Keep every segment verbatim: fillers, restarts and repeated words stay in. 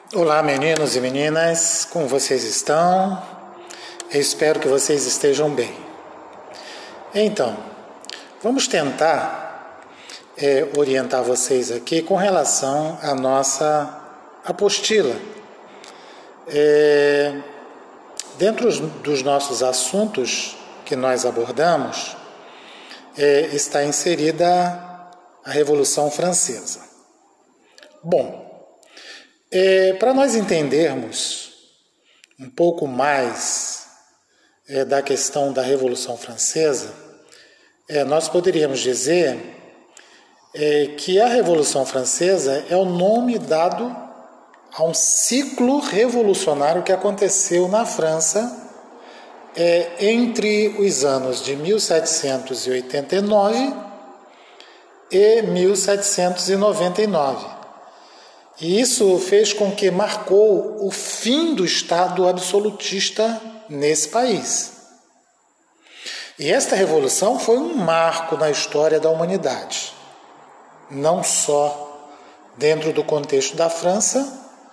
Olá, meninos e meninas, como vocês estão? Eu espero que vocês estejam bem. Então, vamos tentar é, orientar vocês aqui com relação à nossa apostila. É, dentro dos nossos assuntos que nós abordamos, é, está inserida a Revolução Francesa. Bom, É, para nós entendermos um pouco mais é, da questão da Revolução Francesa, é, nós poderíamos dizer é, que a Revolução Francesa é o nome dado a um ciclo revolucionário que aconteceu na França é, entre os anos de mil setecentos e oitenta e nove e mil setecentos e noventa e nove. E isso fez com que marcou o fim do Estado absolutista nesse país. E esta revolução foi um marco na história da humanidade, não só dentro do contexto da França,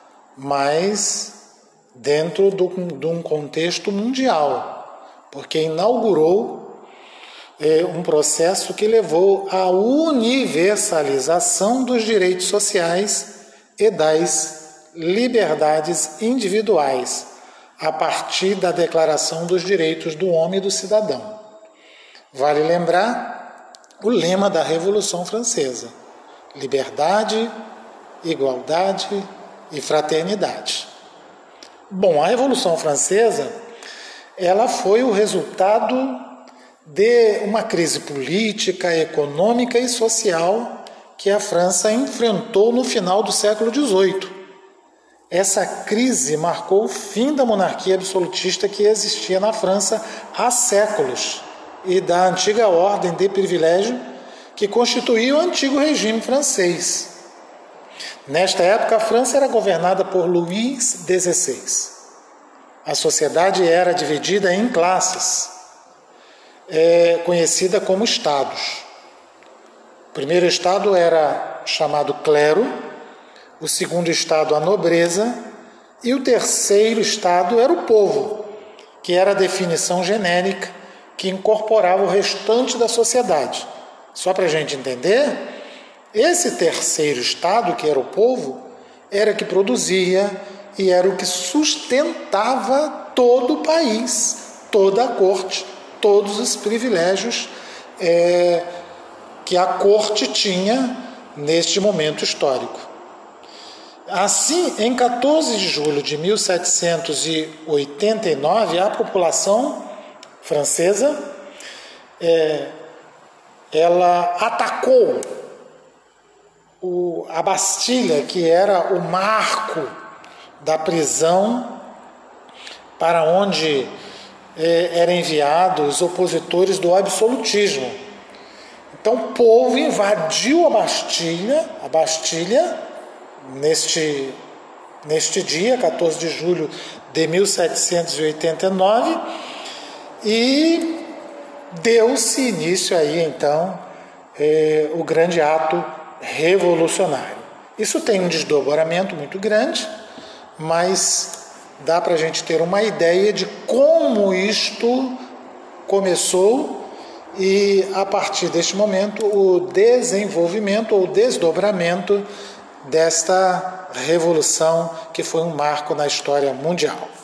mas dentro do, de um contexto mundial, porque inaugurou é, um processo que levou à universalização dos direitos sociais e das liberdades individuais, a partir da Declaração dos Direitos do Homem e do Cidadão. Vale lembrar o lema da Revolução Francesa: liberdade, igualdade e fraternidade. Bom, a Revolução Francesa, ela foi o resultado de uma crise política, econômica e social que a França enfrentou no final do século dezoito. Essa crise marcou o fim da monarquia absolutista que existia na França há séculos e da antiga ordem de privilégio que constituía o antigo regime francês. Nesta época, a França era governada por Luís dezesseis. A sociedade era dividida em classes, é, conhecida como estados. O primeiro estado era chamado clero, o segundo estado a nobreza e o terceiro estado era o povo, que era a definição genérica que incorporava o restante da sociedade. Só para a gente entender, esse terceiro estado, que era o povo, era que produzia e era o que sustentava todo o país, toda a corte, todos os privilégios é, que a corte tinha neste momento histórico. Assim, em quatorze de julho de mil setecentos e oitenta e nove, a população francesa é, ela atacou o, a Bastilha, que era o marco da prisão para onde é, eram enviados os opositores do absolutismo. Então o povo invadiu a Bastilha, a Bastilha neste, neste dia, quatorze de julho de mil setecentos e oitenta e nove, e deu-se início aí então é, o grande ato revolucionário. Isso tem um desdobramento muito grande, mas dá para a gente ter uma ideia de como isto começou. E, a partir deste momento, o desenvolvimento ou desdobramento desta revolução que foi um marco na história mundial.